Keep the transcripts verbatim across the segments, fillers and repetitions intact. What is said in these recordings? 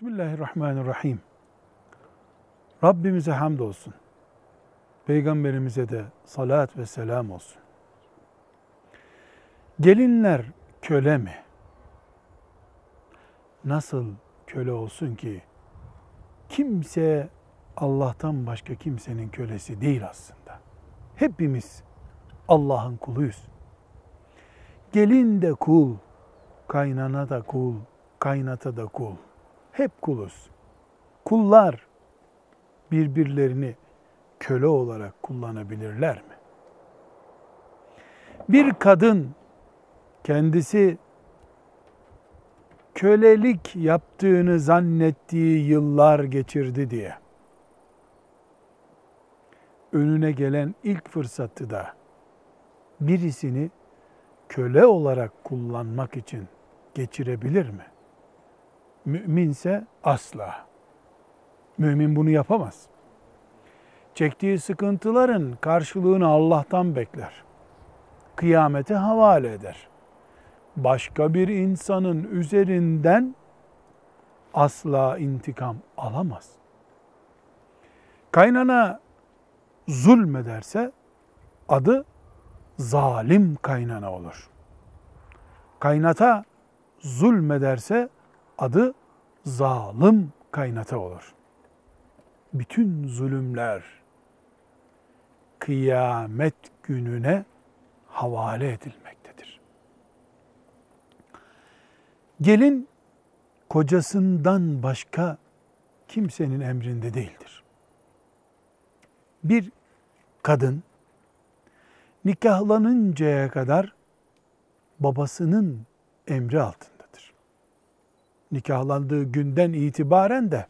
Bismillahirrahmanirrahim. Rabbimize hamdolsun. Peygamberimize de salat ve selam olsun. Gelinler köle mi? Nasıl köle olsun ki? Kimse Allah'tan başka kimsenin kölesi değil aslında. Hepimiz Allah'ın kuluyuz. Gelin de kul, kaynana da kul, kaynata da kul. Hep kuluz. Kullar birbirlerini köle olarak kullanabilirler mi? Bir kadın kendisi kölelik yaptığını zannettiği yıllar geçirdi diye önüne gelen ilk fırsatı da birisini köle olarak kullanmak için geçirebilir mi? Müminse asla. Mümin bunu yapamaz. Çektiği sıkıntıların karşılığını Allah'tan bekler. Kıyamete havale eder. Başka bir insanın üzerinden asla intikam alamaz. Kaynana zulmederse adı zalim kaynana olur. Kaynata zulmederse adı zalim kaynata olur. Bütün zulümler kıyamet gününe havale edilmektedir. Gelin kocasından başka kimsenin emrinde değildir. Bir kadın nikahlanıncaya kadar babasının emri altındadır. Nikahlandığı günden itibaren de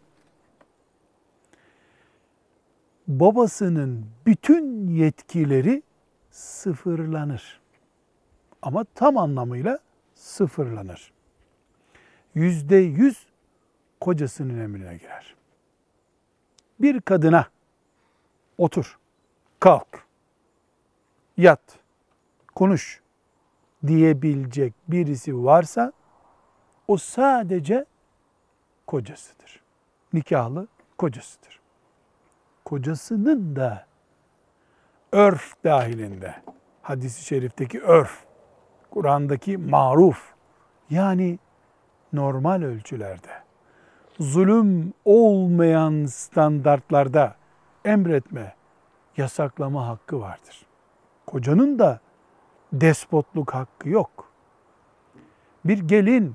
babasının bütün yetkileri sıfırlanır. Ama tam anlamıyla sıfırlanır. Yüzde yüz kocasının emrine girer. Bir kadına otur, kalk, yat, konuş diyebilecek birisi varsa o sadece kocasıdır. Nikahlı kocasıdır. Kocasının da örf dahilinde, hadis-i şerifteki örf, Kur'an'daki maruf, yani normal ölçülerde, zulüm olmayan standartlarda emretme, yasaklama hakkı vardır. Kocanın da despotluk hakkı yok. Bir gelin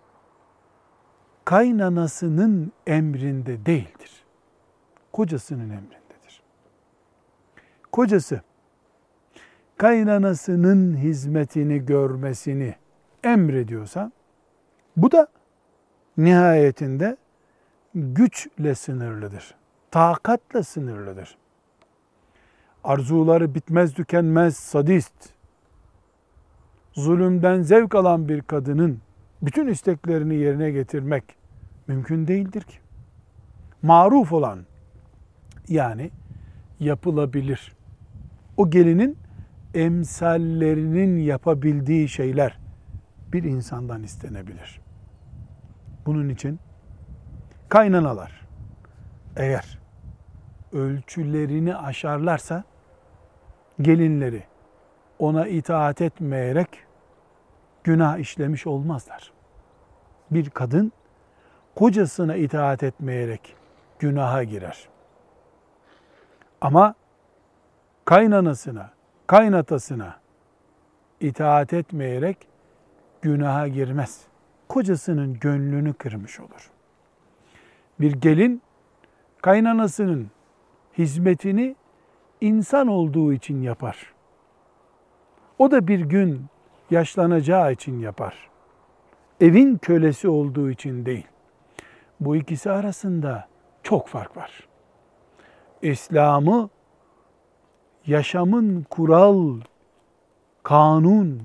kaynanasının emrinde değildir. Kocasının emrindedir. Kocası kaynanasının hizmetini görmesini emrediyorsa bu da nihayetinde güçle sınırlıdır. Takatla sınırlıdır. Arzuları bitmez tükenmez sadist, zulümden zevk alan bir kadının bütün isteklerini yerine getirmek mümkün değildir ki. Maruf olan, yani yapılabilir, o gelinin emsallerinin yapabildiği şeyler bir insandan istenebilir. Bunun için kaynanalar eğer ölçülerini aşarlarsa gelinleri ona itaat etmeyerek günah işlemiş olmazlar. Bir kadın kocasına itaat etmeyerek günaha girer. Ama kaynanasına, kaynatasına itaat etmeyerek günaha girmez. Kocasının gönlünü kırmış olur. Bir gelin kaynanasının hizmetini insan olduğu için yapar. O da bir gün yaşlanacağı için yapar. Evin kölesi olduğu için değil. Bu ikisi arasında çok fark var. İslam'ı yaşamın kural, kanun,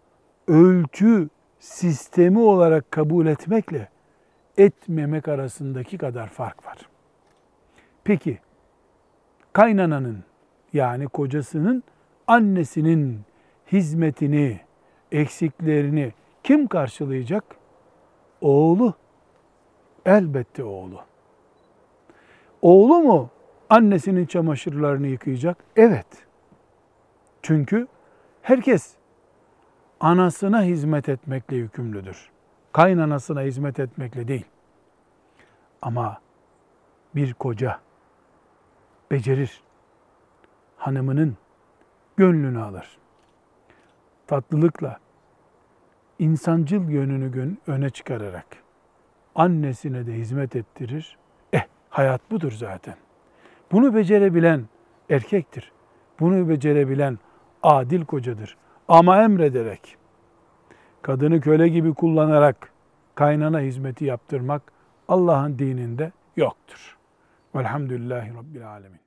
ölçü sistemi olarak kabul etmekle etmemek arasındaki kadar fark var. Peki kaynananın, yani kocasının annesinin hizmetini, eksiklerini kim karşılayacak? Oğlu. Elbette oğlu. Oğlu mu annesinin çamaşırlarını yıkayacak? Evet. Çünkü herkes anasına hizmet etmekle yükümlüdür. Kaynanasına hizmet etmekle değil. Ama bir koca becerir, hanımının gönlünü alır. Tatlılıkla, insancıl yönünü öne çıkararak annesine de hizmet ettirir. Eh, hayat budur zaten. Bunu becerebilen erkektir. Bunu becerebilen adil kocadır. Ama emrederek, kadını köle gibi kullanarak kaynana hizmeti yaptırmak Allah'ın dininde yoktur. Velhamdülillahi Rabbil Alemin.